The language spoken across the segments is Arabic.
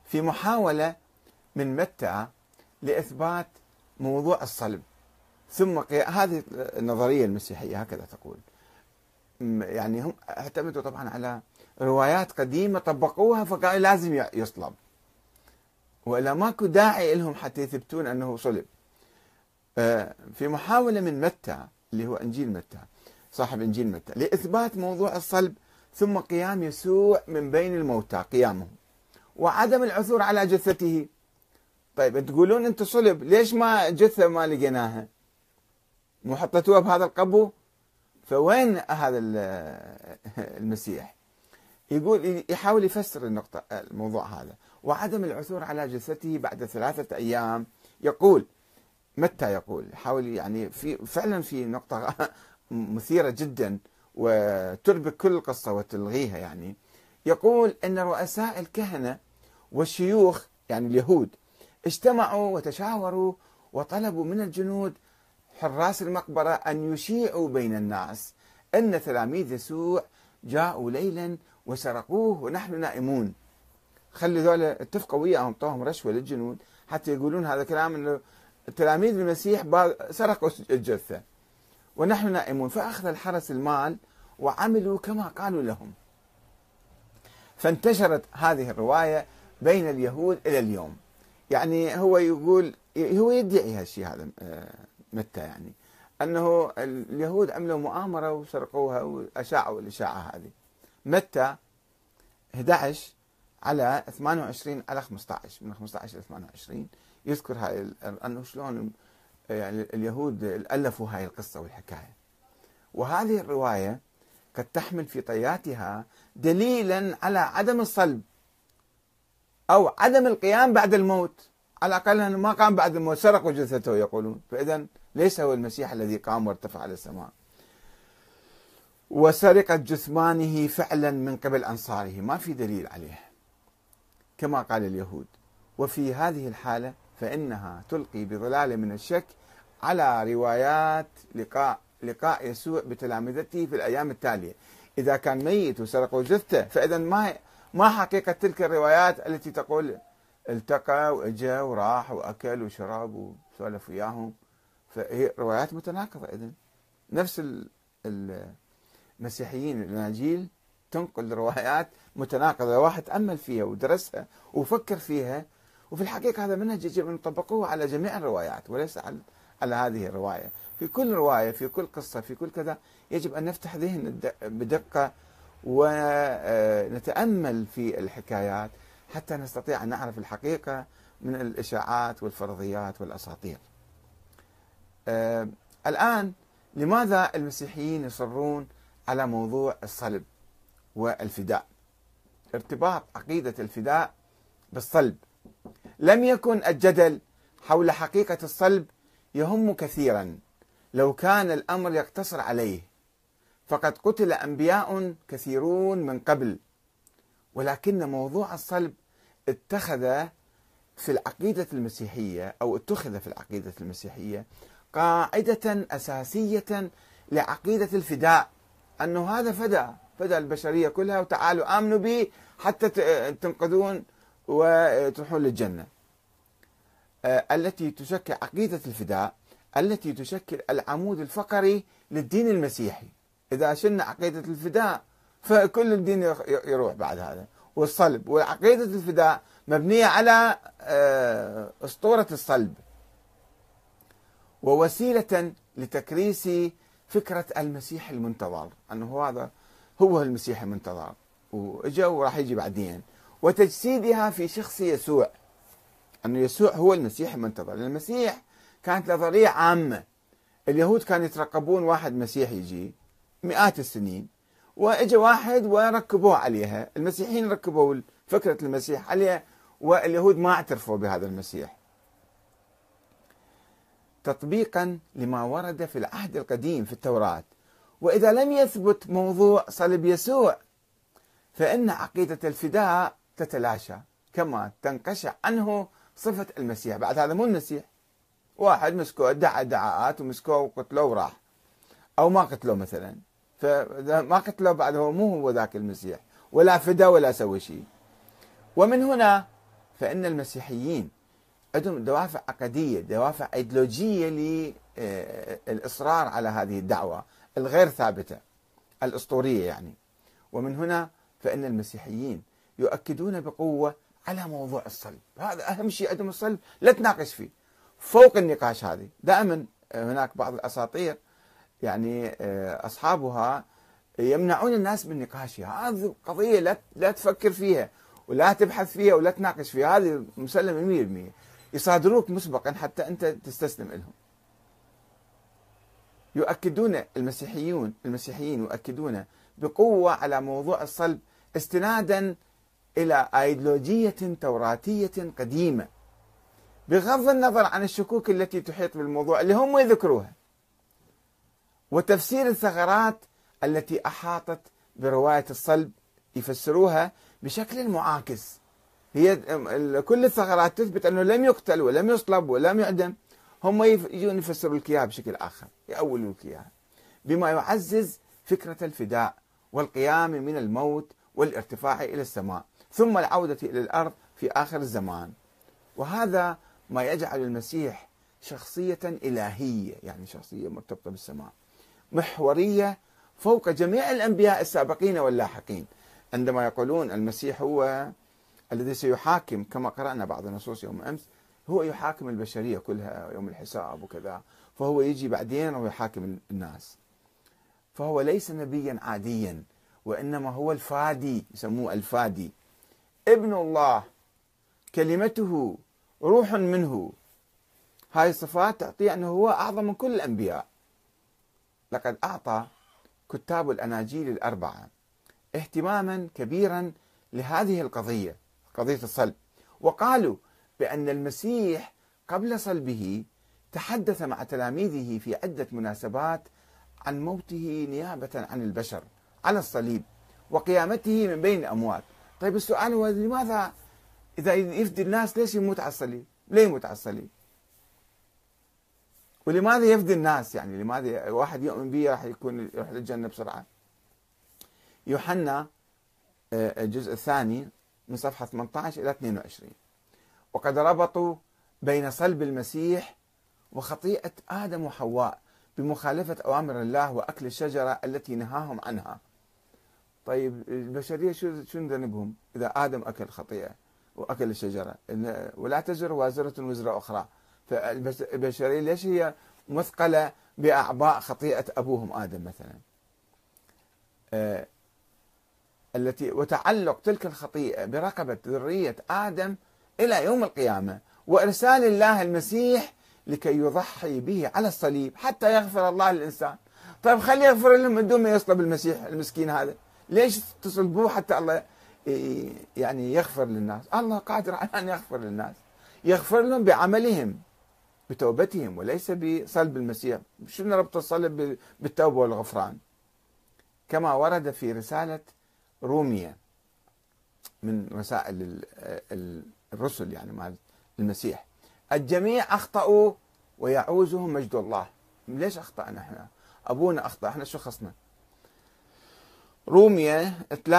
في محاولة من متى لإثبات موضوع الصلب، ثم هذه النظرية المسيحية هكذا تقول، يعني هم اعتمدوا طبعا على روايات قديمة طبقوها فقالوا لازم يصلب، وإلا ماكو داعي لهم حتى يثبتون أنه صلب. في محاولة من متى اللي هو إنجيل متى صاحب إنجيل متى لإثبات موضوع الصلب ثم قيام يسوع من بين الموتى قيامه وعدم العثور على جثته. طيب تقولون أنتم صلب، ليش ما جثة ما لقيناها؟ مو حطيتوها بهذا القبو؟ فوين هذا المسيح؟ يقول يحاول يفسر النقطة الموضوع هذا، وعدم العثور على جثته بعد 3 أيام. يقول متى يقول يحاول يعني فعلا في نقطة مثيرة جدا وتربك كل القصة وتلغيها. يعني يقول أن رؤساء الكهنة والشيوخ يعني اليهود اجتمعوا وتشاوروا وطلبوا من الجنود حراس المقبرة أن يشيعوا بين الناس أن تلاميذ يسوع جاءوا ليلا وسرقوه ونحن نائمون. خلي ذولا اتفقوا وياهم، طوهم رشوة للجنود حتى يقولون هذا كلام أنه تلاميذ المسيح سرقوا الجثة ونحن نائمون. فأخذ الحرس المال وعملوا كما قالوا لهم. فانتشرت هذه الرواية بين اليهود إلى اليوم. يعني هو يقول، هو يدعي هالشيء هذا متى، يعني أنه اليهود عملوا مؤامرة وسرقوها وأشاعوا الإشاعة هذه. متى 11 على 28 على 15 من 15 إلى 28 يذكر هاي أنه شلون يعني اليهود ألفوا هاي القصة والحكاية. وهذه الرواية قد تحمل في طياتها دليلا على عدم الصلب أو عدم القيام بعد الموت، على الأقل أنه ما قام بعد الموت، سرقوا جثته يقولون. فإذا ليس هو المسيح الذي قام وارتفع إلى السماء. وسرقة جثمانه فعلا من قبل أنصاره، ما في دليل عليه كما قال اليهود. وفي هذه الحالة فإنها تلقي بظلال من الشك على روايات لقاء يسوع بتلامذته في الأيام التالية. إذا كان ميت وسرقوا جثته فإذا ما حقيقة تلك الروايات التي تقول التقى وإجا وراح وأكل وشرب وسولف وياهم، فهي روايات متناقضة. إذن نفس المسيحيين الأناجيل تنقل روايات متناقضة، واحد تأمل فيها ودرسها وفكر فيها، وفي الحقيقة هذا منهج يجب أن نطبقه على جميع الروايات وليس على هذه الرواية. في كل رواية، في كل قصة، في كل كذا يجب أن نفتح ذهن بدقة ونتأمل في الحكايات حتى نستطيع أن نعرف الحقيقة من الإشاعات والفرضيات والأساطير. الآن لماذا المسيحيين يصرون على موضوع الصلب والفداء؟ ارتباط عقيدة الفداء بالصلب. لم يكن الجدل حول حقيقة الصلب يهم كثيرا لو كان الأمر يقتصر عليه، فقد قتل أنبياء كثيرون من قبل، ولكن موضوع الصلب اتخذ في العقيدة المسيحية قاعدة أساسية لعقيدة الفداء، أنه هذا فدى البشرية كلها وتعالوا آمنوا به حتى تنقذون وتروحون للجنة. التي تشكل عقيدة الفداء التي تشكل العمود الفقري للدين المسيحي. إذا شلنا عقيدة الفداء فكل الدين يروح بعد هذا. والصلب وعقيدة الفداء مبنية على أسطورة الصلب، ووسيلة لتكريس فكرة المسيح المنتظر، أنه هذا هو المسيح المنتظر وإجا وراح يجي بعدين، وتجسيدها في شخص يسوع، أنه يسوع هو المسيح المنتظر. المسيح كانت نظرية عامة، اليهود كانوا يترقبون واحد مسيح يجي مئات السنين، وإجا واحد وركبوه عليها، المسيحيين ركبوا فكرة المسيح عليها واليهود ما اعترفوا بهذا المسيح، تطبيقا لما ورد في العهد القديم في التوراة. وإذا لم يثبت موضوع صلب يسوع فإن عقيدة الفداء تتلاشى كما تنقشع عنه صفة المسيح. بعد هذا مو المسيح، واحد مسكوه ادعى ادعاءات ومسكوه وقتلوه وراح، أو ما قتلوه مثلا، فما قتلوه بعد هو مو هو ذاك المسيح، ولا فدا ولا سوى شيء. ومن هنا فإن المسيحيين عندهم دوافع عقدية، دوافع أيديولوجية للإصرار على هذه الدعوة الغير ثابتة الأسطورية يعني. ومن هنا فإن المسيحيين يؤكدون بقوة على موضوع الصلب، هذا أهم شيء عندهم، الصلب لا تناقش فيه، فوق النقاش. هذه دائما هناك بعض الأساطير يعني أصحابها يمنعون الناس من نقاشها، هذه قضية لا تفكر فيها ولا تبحث فيها ولا تناقش فيها، هذه مسلمة 100%، يصادروك مسبقا حتى أنت تستسلم لهم. يؤكدون المسيحيين يؤكدون بقوة على موضوع الصلب استنادا إلى أيديولوجية توراتية قديمة، بغض النظر عن الشكوك التي تحيط بالموضوع اللي هم يذكروها، وتفسير الثغرات التي أحاطت برواية الصلب يفسروها بشكل معاكس. هي كل الثغرات تثبت أنه لم يقتل ولم يصلب ولم يعدم، هم يجون يفسروا لك إياها بشكل آخر، يأولوا لك إياها بما يعزز فكرة الفداء والقيام من الموت والارتفاع إلى السماء ثم العودة إلى الأرض في آخر الزمان. وهذا ما يجعل المسيح شخصية إلهية، يعني شخصية مرتبطة بالسماء، محورية فوق جميع الأنبياء السابقين واللاحقين. عندما يقولون المسيح هو الذي سيحاكم، كما قرأنا بعض النصوص يوم أمس، هو يحاكم البشرية كلها يوم الحساب وكذا، فهو يجي بعدين ويحاكم الناس. فهو ليس نبيا عاديا، وإنما هو الفادي، يسموه الفادي، ابن الله، كلمته، روح منه. هاي الصفات تعطيه أنه هو أعظم من كل الأنبياء. لقد أعطى كتاب الأناجيل الأربعة اهتماما كبيرا لهذه القضية، قضية الصلب، وقالوا بأن المسيح قبل صلبه تحدث مع تلاميذه في عدة مناسبات عن موته نيابة عن البشر على الصليب وقيامته من بين الأموات. طيب السؤال هو لماذا إذا يفدي الناس ليش يموت على الصليب؟ ليه يموت على الصليب؟ ولماذا يفدي الناس؟ يعني لماذا واحد يؤمن به راح يروح للجنة بسرعة؟ يوحنا الجزء الثاني من صفحة 18 إلى 22: وقد ربطوا بين صلب المسيح وخطيئة آدم وحواء بمخالفة أوامر الله وأكل الشجرة التي نهاهم عنها. طيب البشرية شو ذنبهم إذا آدم أكل خطيئة وأكل الشجرة؟ ولا تزر وازرة وزر أخرى. فالبشرية ليش هي مثقلة بأعباء خطيئة أبوهم آدم مثلا؟ التي وتعلق تلك الخطيئة برقبة ذرية آدم إلى يوم القيامة، وإرسال الله المسيح لكي يضحي به على الصليب حتى يغفر الله للإنسان. طيب خليه يغفر لهم من دون ما يصلب المسيح المسكين هذا، ليش تصلبوه حتى الله يعني يغفر للناس؟ الله قادر على أن يغفر للناس، يغفر لهم بعملهم بتوبتهم وليس بصلب المسيح. شنو ربط الصلب بالتوبة والغفران؟ كما ورد في رسالة رومية من رسائل الرسل يعني مع المسيح: الجميع أخطأوا ويعوزهم مجد الله. ليش أخطأنا احنا؟ أبونا أخطأ، احنا شو خصنا؟ رومية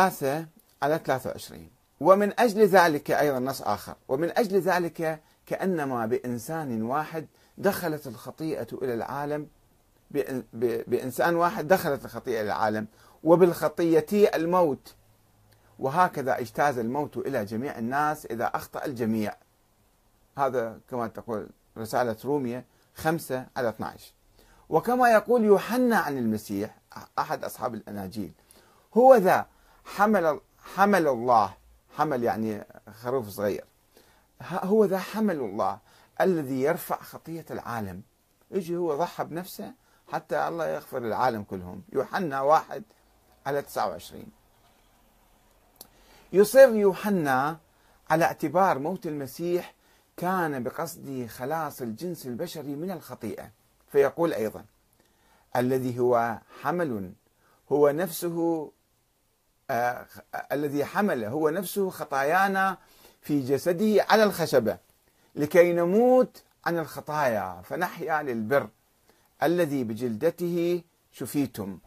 3:23: ومن أجل ذلك، أيضا نص آخر: ومن أجل ذلك كأنما بإنسان واحد دخلت الخطيئة إلى العالم، بإنسان واحد دخلت الخطيئة إلى العالم، وبالخطية الموت، وهكذا اجتاز الموت إلى جميع الناس إذا أخطأ الجميع. هذا كما تقول رسالة رومية 5:12. وكما يقول يوحنا عن المسيح أحد أصحاب الأناجيل: هو ذا حمل الله، حمل يعني خروف صغير، هو ذا حمل الله الذي يرفع خطية العالم. يجي هو ضحى بنفسه حتى الله يغفر العالم كلهم. يوحنا 1:29. يصر يوحنا على اعتبار موت المسيح كان بقصد خلاص الجنس البشري من الخطيئة، فيقول أيضا: الذي هو حمل هو نفسه الذي حمل هو نفسه خطايانا في جسده على الخشبة لكي نموت عن الخطايا فنحيا للبر الذي بجلدته شفيتم.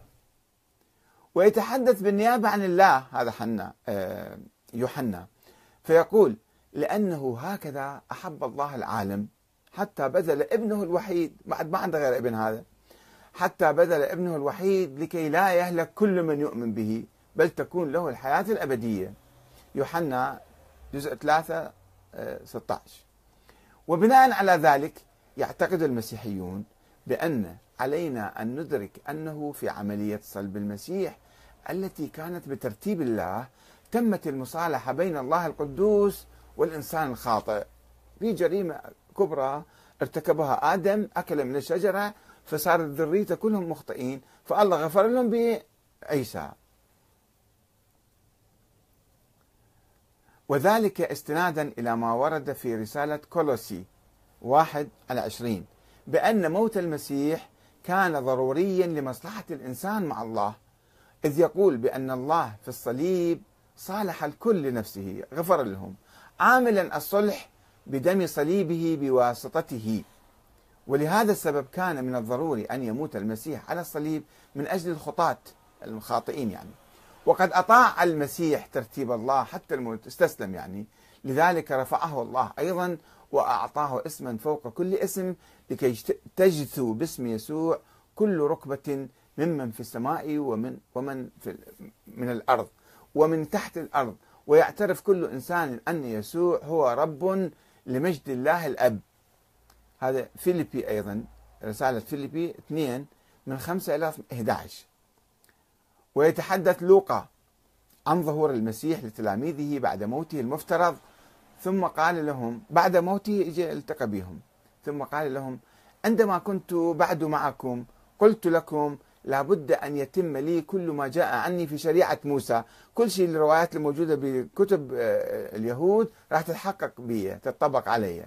ويتحدث بالنيابة عن الله هذا يوحنا، فيقول: لأنه هكذا أحب الله العالم حتى بذل ابنه الوحيد، بعد ما عنده غير ابن هذا، حتى بذل ابنه الوحيد لكي لا يهلك كل من يؤمن به بل تكون له الحياة الأبدية. يوحنا جزء 3 16. وبناء على ذلك يعتقد المسيحيون بأن علينا أن ندرك أنه في عملية صلب المسيح التي كانت بترتيب الله تمت المصالحة بين الله القدوس والإنسان الخاطئ في جريمة كبرى ارتكبها آدم، أكل من الشجرة فصارت ذريته كلهم مخطئين، فالله غفر لهم بعيسى. وذلك استنادا إلى ما ورد في رسالة كولوسي 1:20 بأن موت المسيح كان ضروريا لمصلحة الإنسان مع الله، إذ يقول بأن الله في الصليب صالح الكل لنفسه، غفر لهم، عاملا الصلح بدم صليبه بواسطته. ولهذا السبب كان من الضروري أن يموت المسيح على الصليب من أجل الخطاة الخاطئين يعني. وقد أطاع المسيح ترتيب الله حتى الموت، استسلم يعني، لذلك رفعه الله أيضا وأعطاه اسما فوق كل اسم لكي تجثو باسم يسوع كل ركبة ممن في السماء ومن من الأرض ومن تحت الأرض، ويعترف كل إنسان أن يسوع هو رب لمجد الله الأب. هذا فيليبي أيضا، رسالة فيليبي 2:5-11. ويتحدث لوقا عن ظهور المسيح لتلاميذه بعد موته المفترض، ثم قال لهم بعد موته اجى التقى بهم، ثم قال لهم عندما كنت بعد معكم قلت لكم لابد أن يتم لي كل ما جاء عني في شريعة موسى. كل شيء الروايات الموجودة بكتب اليهود راح تتحقق بي، تطبق علي،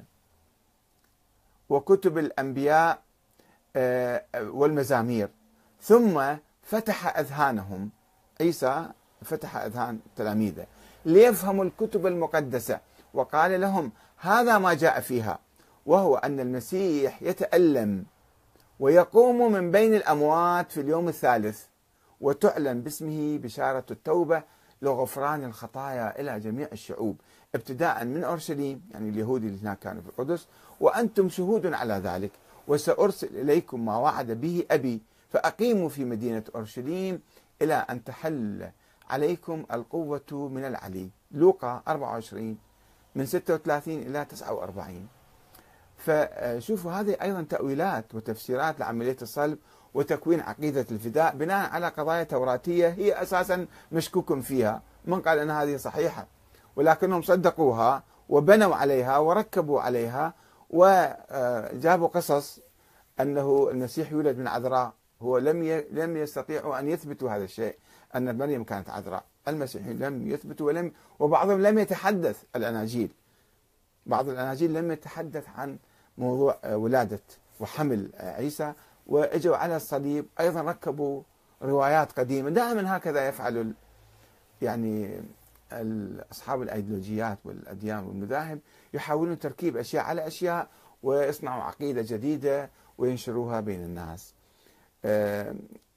وكتب الأنبياء والمزامير. ثم فتح أذهانهم، عيسى فتح أذهان تلاميذه ليفهموا الكتب المقدسة، وقال لهم هذا ما جاء فيها، وهو أن المسيح يتألم ويقوم من بين الأموات في اليوم الثالث، وتعلن باسمه بشارة التوبة لغفران الخطايا إلى جميع الشعوب ابتداء من أورشليم، يعني اليهود اللي هناك كانوا في القدس، وأنتم شهود على ذلك، وسأرسل إليكم ما وعد به أبي، فأقيموا في مدينة أورشليم إلى أن تحل عليكم القوة من العلي. لوقا 24 من 36 إلى 49. فشوفوا هذه أيضا تأويلات وتفسيرات لعملية الصلب وتكوين عقيدة الفداء بناء على قضايا توراتية هي أساسا مشكوك فيها. من قال أن هذه صحيحة؟ ولكنهم صدقوها وبنوا عليها وركبوا عليها وجابوا قصص أنه المسيح يولد من عذراء. هو لم يستطيعوا أن يثبتوا هذا الشيء، أن مريم كانت عذراء. المسيحيين لم يثبتوا وبعضهم لم يتحدث الأناجيل. بعض الأناجيل لم يتحدث عن موضوع ولادة وحمل عيسى، وإجوا على الصليب أيضا ركبوا روايات قديمة. دائما هكذا يفعل يعني أصحاب الأيديولوجيات والأديان والمذاهب، يحاولون تركيب أشياء على أشياء ويصنعوا عقيدة جديدة وينشروها بين الناس.